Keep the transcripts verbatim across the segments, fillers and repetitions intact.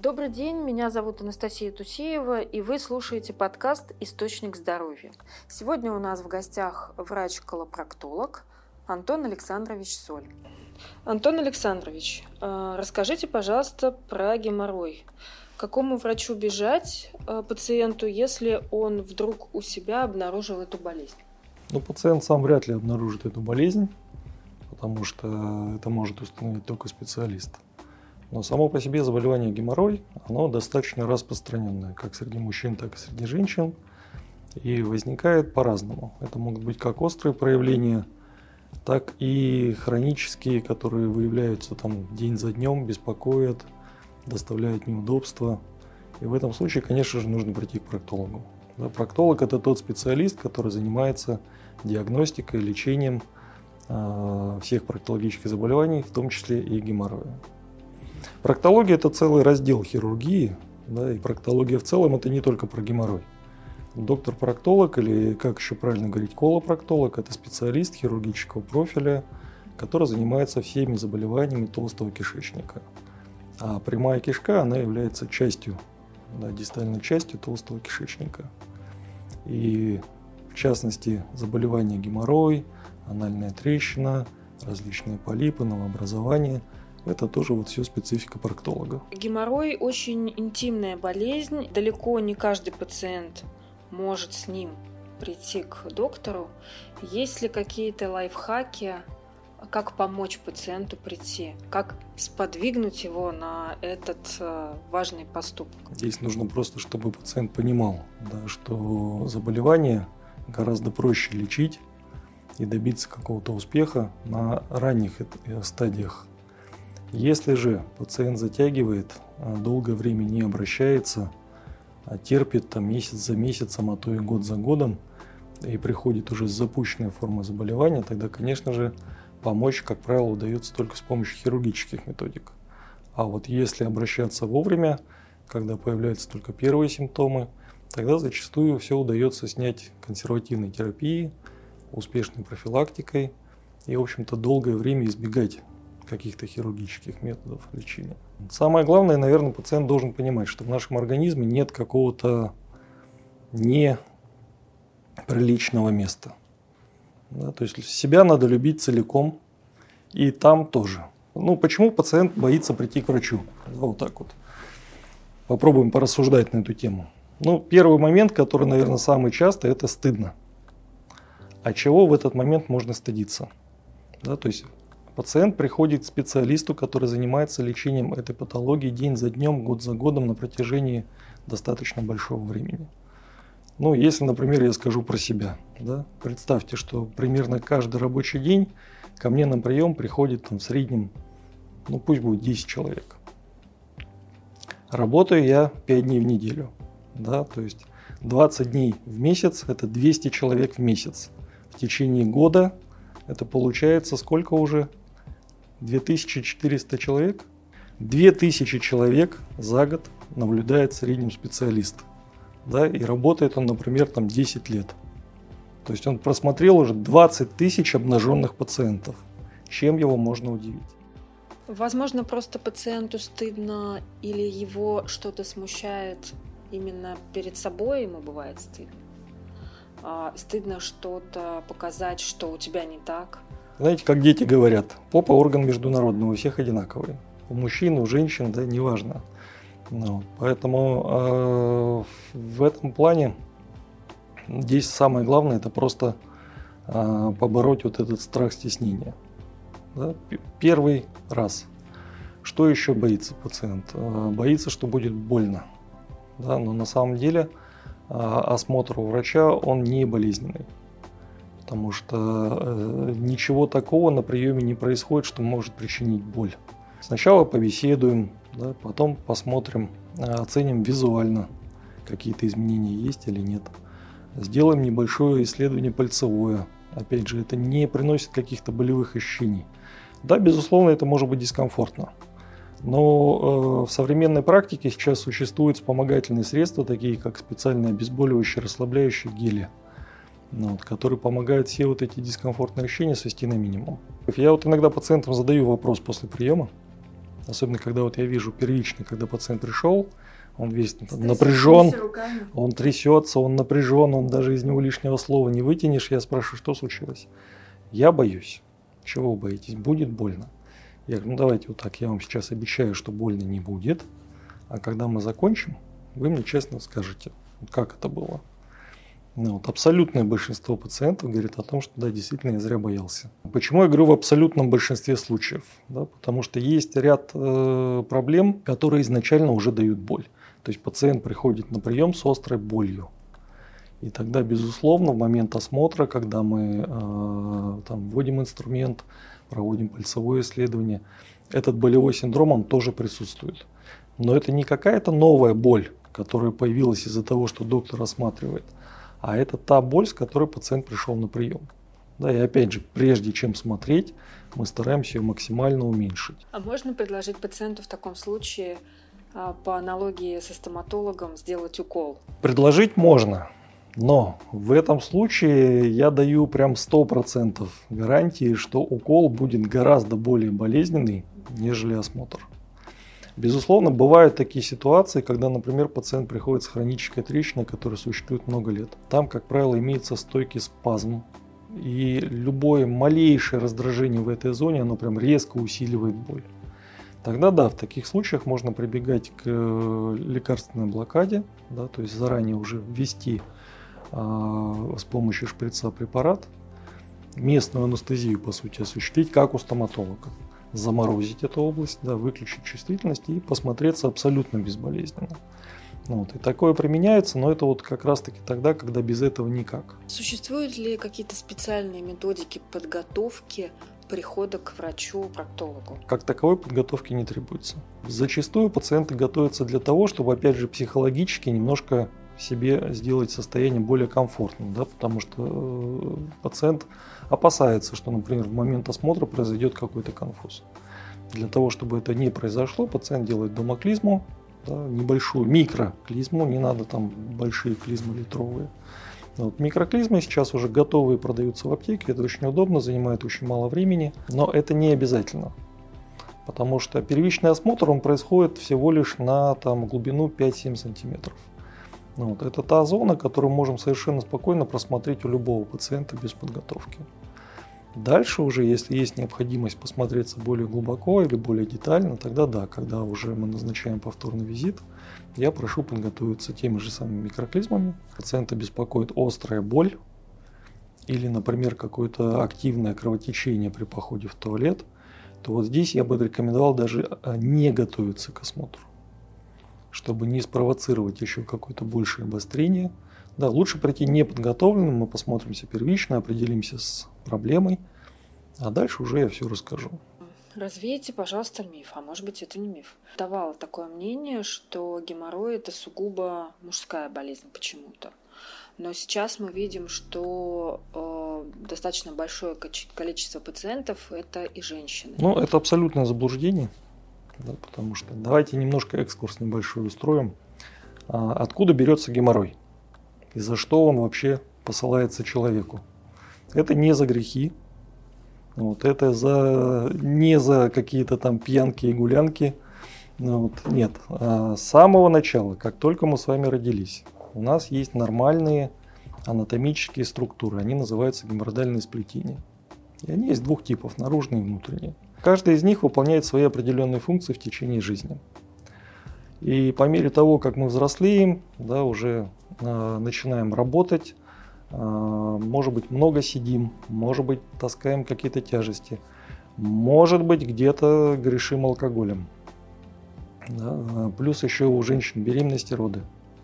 Добрый день, меня зовут Анастасия Тусеева, и вы слушаете подкаст «Источник здоровья». Сегодня у нас в гостях врач-колопроктолог Антон Александрович Соль. Антон Александрович, расскажите, пожалуйста, про геморрой. К какому врачу бежать пациенту, если он вдруг у себя обнаружил эту болезнь? Ну, пациент сам вряд ли обнаружит эту болезнь, потому что это может установить только специалист. Но само по себе заболевание геморрой, оно достаточно распространенное, как среди мужчин, так и среди женщин, и возникает по-разному. Это могут быть как острые проявления, так и хронические, которые выявляются там день за днем, беспокоят, доставляют неудобства. И в этом случае, конечно же, нужно прийти к проктологу. Да, проктолог – это тот специалист, который занимается диагностикой, лечением э, всех проктологических заболеваний, в том числе и геморроя. Проктология – это целый раздел хирургии, да, и проктология в целом – это не только про геморрой. Доктор-проктолог, или, как еще правильно говорить, колопроктолог – это специалист хирургического профиля, который занимается всеми заболеваниями толстого кишечника. А прямая кишка, она является частью, да, дистальной частью толстого кишечника. И, в частности, заболевания геморрой, анальная трещина, различные полипы, новообразования – это тоже вот все специфика проктолога. Геморрой очень интимная болезнь. Далеко не каждый пациент может с ним прийти к доктору. Есть ли какие-то лайфхаки, как помочь пациенту прийти? Как сподвигнуть его на этот важный поступок? Здесь нужно просто, чтобы пациент понимал, да, что заболевание гораздо проще лечить и добиться какого-то успеха на ранних стадиях. Если же пациент затягивает, долгое время не обращается, терпит там, месяц за месяцем, а то и год за годом, и приходит уже с запущенной формой заболевания, тогда, конечно же, помочь, как правило, удается только с помощью хирургических методик. А вот если обращаться вовремя, когда появляются только первые симптомы, тогда зачастую все удается снять консервативной терапией, успешной профилактикой и, в общем-то, долгое время избегать каких-то хирургических методов лечения. Самое главное, наверное, пациент должен понимать, что в нашем организме нет какого-то неприличного места. Да, то есть себя надо любить целиком, и там тоже. Ну, почему пациент боится прийти к врачу? Да, вот так вот. Попробуем порассуждать на эту тему. Ну, первый момент, который, наверное, самый часто, это стыдно. А чего в этот момент можно стыдиться? Да, то есть пациент приходит к специалисту, который занимается лечением этой патологии день за днем, год за годом на протяжении достаточно большого времени. Ну, если, например, я скажу про себя, да, представьте, что примерно каждый рабочий день ко мне на прием приходит там, в среднем, ну пусть будет десять человек. Работаю я пять дней в неделю, да, то есть двадцать дней в месяц – это двести человек в месяц. В течение года это получается сколько уже? две тысячи четыреста человек? две тысячи человек за год наблюдает в среднем специалист. Да, и работает он, например, там десять лет. То есть он просмотрел уже двадцать тысяч обнаженных пациентов. Чем его можно удивить? Возможно, просто пациенту стыдно или его что-то смущает именно перед собой, ему бывает стыдно. А, стыдно что-то показать, что у тебя не так. Знаете, как дети говорят, попа орган международный, у всех одинаковый. У мужчин, у женщин, да, неважно. Ну, поэтому э, в этом плане здесь самое главное это просто э, побороть вот этот страх стеснения. Да? Первый раз. Что еще боится пациент? Э, боится, что будет больно. Да? Но на самом деле э, осмотр у врача он не болезненный. Потому что э, ничего такого на приеме не происходит, что может причинить боль. Сначала побеседуем, да, потом посмотрим, оценим визуально, какие-то изменения есть или нет. Сделаем небольшое исследование пальцевое. Опять же, это не приносит каких-то болевых ощущений. Да, безусловно, это может быть дискомфортно. Но э, в современной практике сейчас существуют вспомогательные средства, такие как специальные обезболивающие, расслабляющие гели, ну, вот, которые помогают все вот эти дискомфортные ощущения свести на минимум. Я вот иногда пациентам задаю вопрос после приема. Особенно, когда вот я вижу первично, когда пациент пришел, он весь напряжен, он трясется, он напряжен, он даже из него лишнего слова не вытянешь. Я спрашиваю, что случилось? Я боюсь. Чего вы боитесь? Будет больно. Я говорю, ну давайте вот так, я вам сейчас обещаю, что больно не будет. А когда мы закончим, вы мне честно скажете, как это было. Ну, вот абсолютное большинство пациентов говорит о том, что да, действительно я зря боялся. Почему я говорю в абсолютном большинстве случаев? Да, потому что есть ряд э, проблем, которые изначально уже дают боль. То есть пациент приходит на прием с острой болью. И тогда, безусловно, в момент осмотра, когда мы э, там, вводим инструмент, проводим пальцевое исследование, этот болевой синдром, он тоже присутствует. Но это не какая-то новая боль, которая появилась из-за того, что доктор осматривает, а это та боль, с которой пациент пришел на прием. Да, и опять же, прежде чем смотреть, мы стараемся ее максимально уменьшить. А можно предложить пациенту в таком случае, по аналогии со стоматологом, сделать укол? Предложить можно, но в этом случае я даю прям сто процентов гарантии, что укол будет гораздо более болезненный, нежели осмотр. Безусловно, бывают такие ситуации, когда, например, пациент приходит с хронической трещиной, которая существует много лет. Там, как правило, имеется стойкий спазм. И любое малейшее раздражение в этой зоне, оно прям резко усиливает боль. Тогда да, в таких случаях можно прибегать к лекарственной блокаде, да, то есть заранее уже ввести а, с помощью шприца препарат, местную анестезию, по сути, осуществить, как у стоматолога. Заморозить эту область, да, выключить чувствительность и посмотреться абсолютно безболезненно. Вот, и такое применяется, но это вот как раз-таки тогда, когда без этого никак. Существуют ли какие-то специальные методики подготовки прихода к врачу-проктологу? Как таковой подготовки не требуется. Зачастую пациенты готовятся для того, чтобы, опять же, психологически немножко себе сделать состояние более комфортным, да, потому что пациент опасается, что, например, в момент осмотра произойдет какой-то конфуз. Для того, чтобы это не произошло, пациент делает дома клизму, да, небольшую микроклизму, не надо там большие клизмы литровые. Вот, микроклизмы сейчас уже готовые продаются в аптеке, это очень удобно, занимает очень мало времени, но это не обязательно. Потому что первичный осмотр он происходит всего лишь на там, глубину пять-семь сантиметров. Вот, это та зона, которую мы можем совершенно спокойно просмотреть у любого пациента без подготовки. Дальше уже, если есть необходимость посмотреться более глубоко или более детально, тогда да, когда уже мы назначаем повторный визит, я прошу подготовиться теми же самыми микроклизмами. Пациента беспокоит острая боль или, например, какое-то активное кровотечение при походе в туалет, то вот здесь я бы рекомендовал даже не готовиться к осмотру, чтобы не спровоцировать еще какое-то большее обострение. Да, лучше прийти неподготовленным, мы посмотримся первично, определимся с проблемой, а дальше уже я все расскажу. Развейте, пожалуйста, миф, а может быть это не миф. Давало такое мнение, что геморрой – это сугубо мужская болезнь почему-то. Но сейчас мы видим, что э, достаточно большое количество пациентов – это и женщины. Ну, это абсолютное заблуждение, да, потому что давайте немножко экскурс небольшой устроим. А, откуда берется геморрой? И за что он вообще посылается человеку? Это не за грехи, вот, это за, не за какие-то там пьянки и гулянки. Вот, нет, а с самого начала, как только мы с вами родились, у нас есть нормальные анатомические структуры, они называются геморроидальные сплетения. И они есть двух типов, наружные и внутренние. Каждый из них выполняет свои определенные функции в течение жизни. И по мере того, как мы взрослеем, да, уже э, начинаем работать, э, может быть, много сидим, может быть, таскаем какие-то тяжести, может быть, где-то грешим алкоголем. Да, плюс еще у женщин беременности, роды.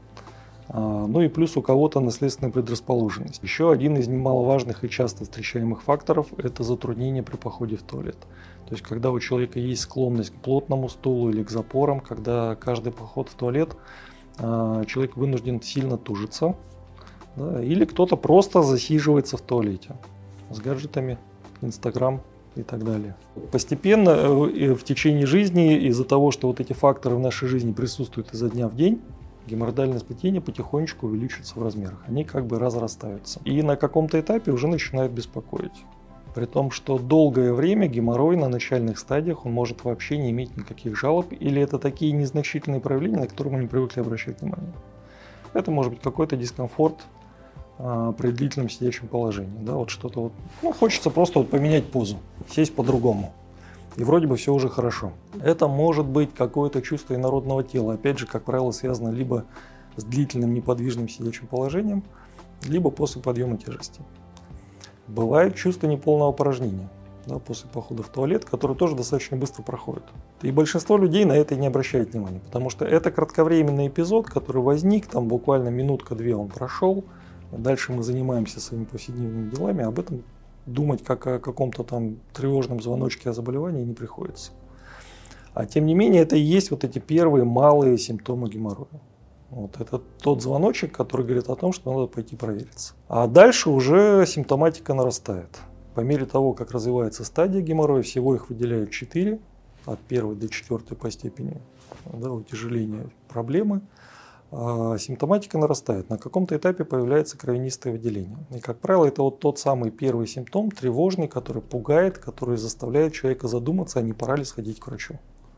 А, ну и плюс у кого-то наследственная предрасположенность. Еще один из немаловажных и часто встречаемых факторов – это затруднение при походе в туалет. То есть, когда у человека есть склонность к плотному стулу или к запорам, когда каждый поход в туалет а, человек вынужден сильно тужиться, да, или кто-то просто засиживается в туалете с гаджетами, Инстаграм и так далее. Постепенно в течение жизни, из-за того, что вот эти факторы в нашей жизни присутствуют изо дня в день, геморроидальные сплетения потихонечку увеличиваются в размерах. Они как бы разрастаются. И на каком-то этапе уже начинают беспокоить. При том, что долгое время геморрой на начальных стадиях он может вообще не иметь никаких жалоб, или это такие незначительные проявления, на которые мы не привыкли обращать внимание. Это может быть какой-то дискомфорт а, при длительном сидячем положении. Да, вот что-то вот, ну, хочется просто вот поменять позу, сесть по-другому. И вроде бы все уже хорошо. Это может быть какое-то чувство инородного тела. Опять же, как правило, связано либо с длительным неподвижным сидячим положением, либо после подъема тяжести. Бывает чувство неполного опорожнения, да, после похода в туалет, которое тоже достаточно быстро проходит. И большинство людей на это не обращает внимания, потому что это кратковременный эпизод, который возник, там буквально минутка-две он прошел, дальше мы занимаемся своими повседневными делами, об этом думать как о каком-то там тревожном звоночке о заболевании не приходится. А тем не менее, это и есть вот эти первые малые симптомы геморроя. Вот это тот звоночек, который говорит о том, что надо пойти провериться. А дальше уже симптоматика нарастает. По мере того, как развивается стадия геморроя, всего их выделяют четыре, от первой до четвертой по степени, да, утяжеления проблемы. А симптоматика нарастает. На каком-то этапе появляется кровянистое выделение. И, как правило, это вот тот самый первый симптом, тревожный, который пугает, который заставляет человека задуматься, а не пора ли сходить к врачу.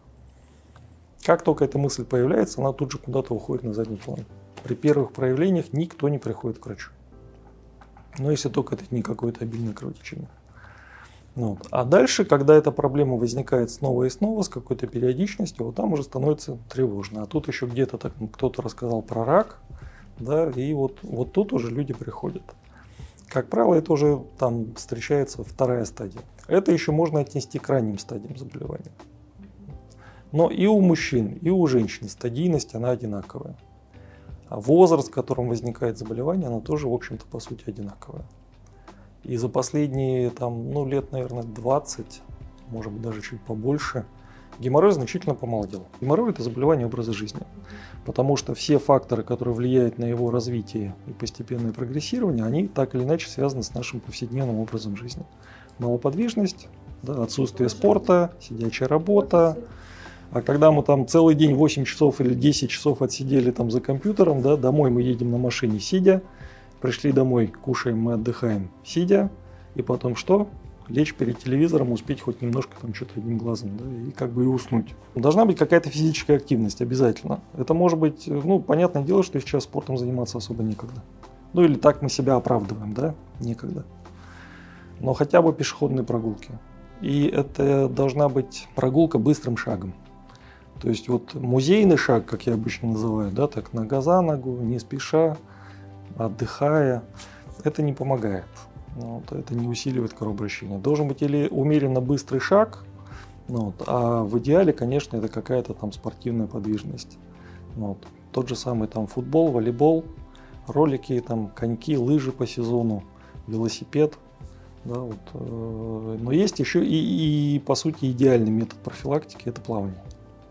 Как только эта мысль появляется, она тут же куда-то уходит на задний план. При первых проявлениях никто не приходит к врачу. Но если только это не какое-то обильное кровотечение. Вот. А дальше, когда эта проблема возникает снова и снова, с какой-то периодичностью, вот там уже становится тревожно. А тут еще где-то так кто-то рассказал про рак, да, и вот, вот тут уже люди приходят. Как правило, это уже там встречается вторая стадия. Это еще можно отнести к ранним стадиям заболевания. Но и у мужчин, и у женщин стадийность она одинаковая. А возраст, в котором возникает заболевание, она тоже, в общем-то, по сути одинаковая. И за последние там, ну, лет, наверное, двадцать, может быть, даже чуть побольше, геморрой значительно помолодел. Геморрой – это заболевание образа жизни, потому что все факторы, которые влияют на его развитие и постепенное прогрессирование, они так или иначе связаны с нашим повседневным образом жизни. Малоподвижность, да, отсутствие спорта, сидячая работа. А когда мы там целый день восемь часов или десять часов отсидели там за компьютером, да, домой мы едем на машине сидя, пришли домой, кушаем, мы отдыхаем сидя, и потом что? Лечь перед телевизором, успеть хоть немножко там что-то одним глазом, да, и как бы и уснуть. Должна быть какая-то физическая активность обязательно. Это может быть, ну, понятное дело, что сейчас спортом заниматься особо некогда. Ну или так мы себя оправдываем, да, некогда. Но хотя бы пешеходные прогулки. И это должна быть прогулка быстрым шагом. То есть вот музейный шаг, как я обычно называю, да, так нога за ногу, не спеша, отдыхая, это не помогает. Вот, это не усиливает кровообращение. Должен быть или умеренно быстрый шаг, вот, а в идеале, конечно, это какая-то там спортивная подвижность. Вот. Тот же самый там футбол, волейбол, ролики, там, коньки, лыжи по сезону, велосипед. Да, вот. Но есть еще и, и, по сути, идеальный метод профилактики – это плавание.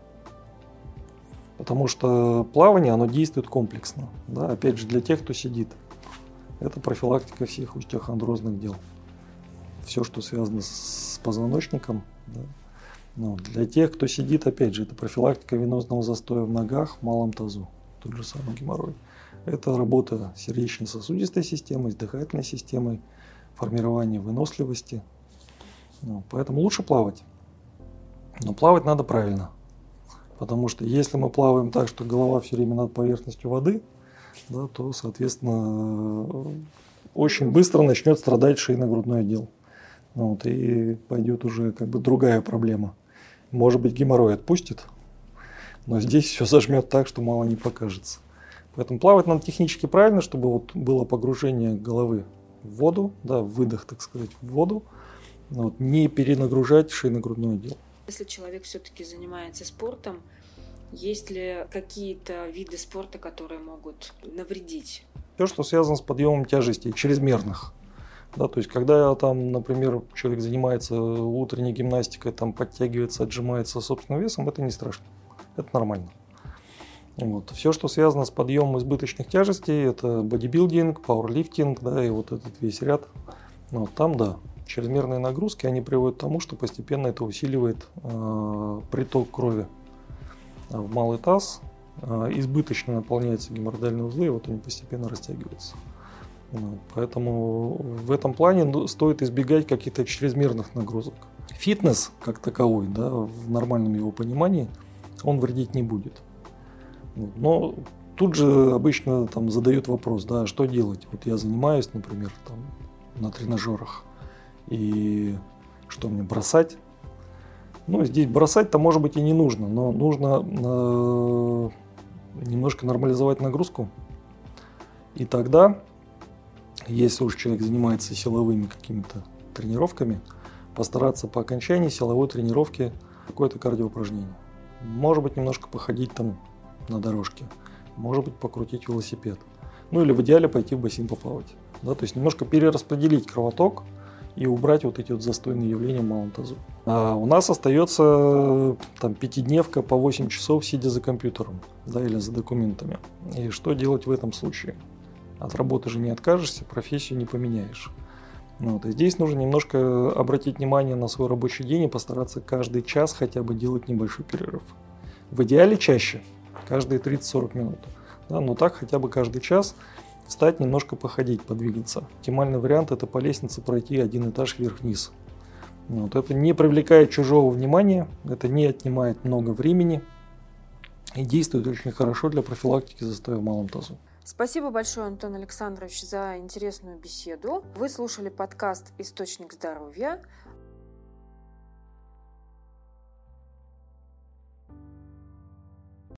Потому что плавание, оно действует комплексно. Да? Опять же, для тех, кто сидит. Это профилактика всех остеохондрозных дел. Все, что связано с позвоночником. Да? Ну, для тех, кто сидит, опять же, это профилактика венозного застоя в ногах, в малом тазу. Тот же самый геморрой. Это работа с сердечно-сосудистой системой, с дыхательной системой, формирование выносливости. Ну, поэтому лучше плавать. Но плавать надо правильно. Потому что если мы плаваем так, что голова все время над поверхностью воды, да, то, соответственно, очень быстро начнет страдать шейно-грудной отдел. Вот, и пойдет уже как бы другая проблема. Может быть, геморрой отпустит, но здесь все зажмет так, что мало не покажется. Поэтому плавать надо технически правильно, чтобы вот было погружение головы в воду, да, выдох, так сказать, в воду, вот, не перенагружать шейно-грудной отдел. Если человек все-таки занимается спортом, есть ли какие-то виды спорта, которые могут навредить? Все, что связано с подъемом тяжестей, чрезмерных. Да, то есть, когда там, например, человек занимается утренней гимнастикой, там, подтягивается, отжимается собственным весом, это не страшно. Это нормально. Вот. Все, что связано с подъемом избыточных тяжестей, это бодибилдинг, пауэрлифтинг, да, и вот этот весь ряд. Вот, там, да, чрезмерные нагрузки, они приводят к тому, что постепенно это усиливает э, приток крови в малый таз, э, избыточно наполняются геморроидальные узлы, и вот они постепенно растягиваются. Вот, поэтому в этом плане стоит избегать каких-то чрезмерных нагрузок. Фитнес, как таковой, да, в нормальном его понимании, он вредить не будет. Вот, но тут же обычно там задают вопрос, да, что делать? Вот я занимаюсь, например, там, на тренажерах, и что мне бросать? Ну, здесь бросать-то, может быть, и не нужно, но нужно э, немножко нормализовать нагрузку. И тогда, если уж человек занимается силовыми какими-то тренировками, постараться по окончании силовой тренировки какое-то кардиоупражнение. Может быть, немножко походить там на дорожке, может быть, покрутить велосипед. Ну или в идеале пойти в бассейн поплавать. Да, то есть немножко перераспределить кровоток и убрать вот эти вот застойные явления в малом тазу. А у нас остается там пятидневка по восемь часов, сидя за компьютером, да, или за документами. И что делать в этом случае? От работы же не откажешься, профессию не поменяешь. Вот. И здесь нужно немножко обратить внимание на свой рабочий день и постараться каждый час хотя бы делать небольшой перерыв. В идеале чаще, каждые тридцать-сорок минут. Да, но так хотя бы каждый час встать, немножко походить, подвигаться. Оптимальный вариант – это по лестнице пройти один этаж вверх-вниз. Вот. Это не привлекает чужого внимания, это не отнимает много времени и действует очень хорошо для профилактики застоя в малом тазу. Спасибо большое, Антон Александрович, за интересную беседу. Вы слушали подкаст «Источник здоровья».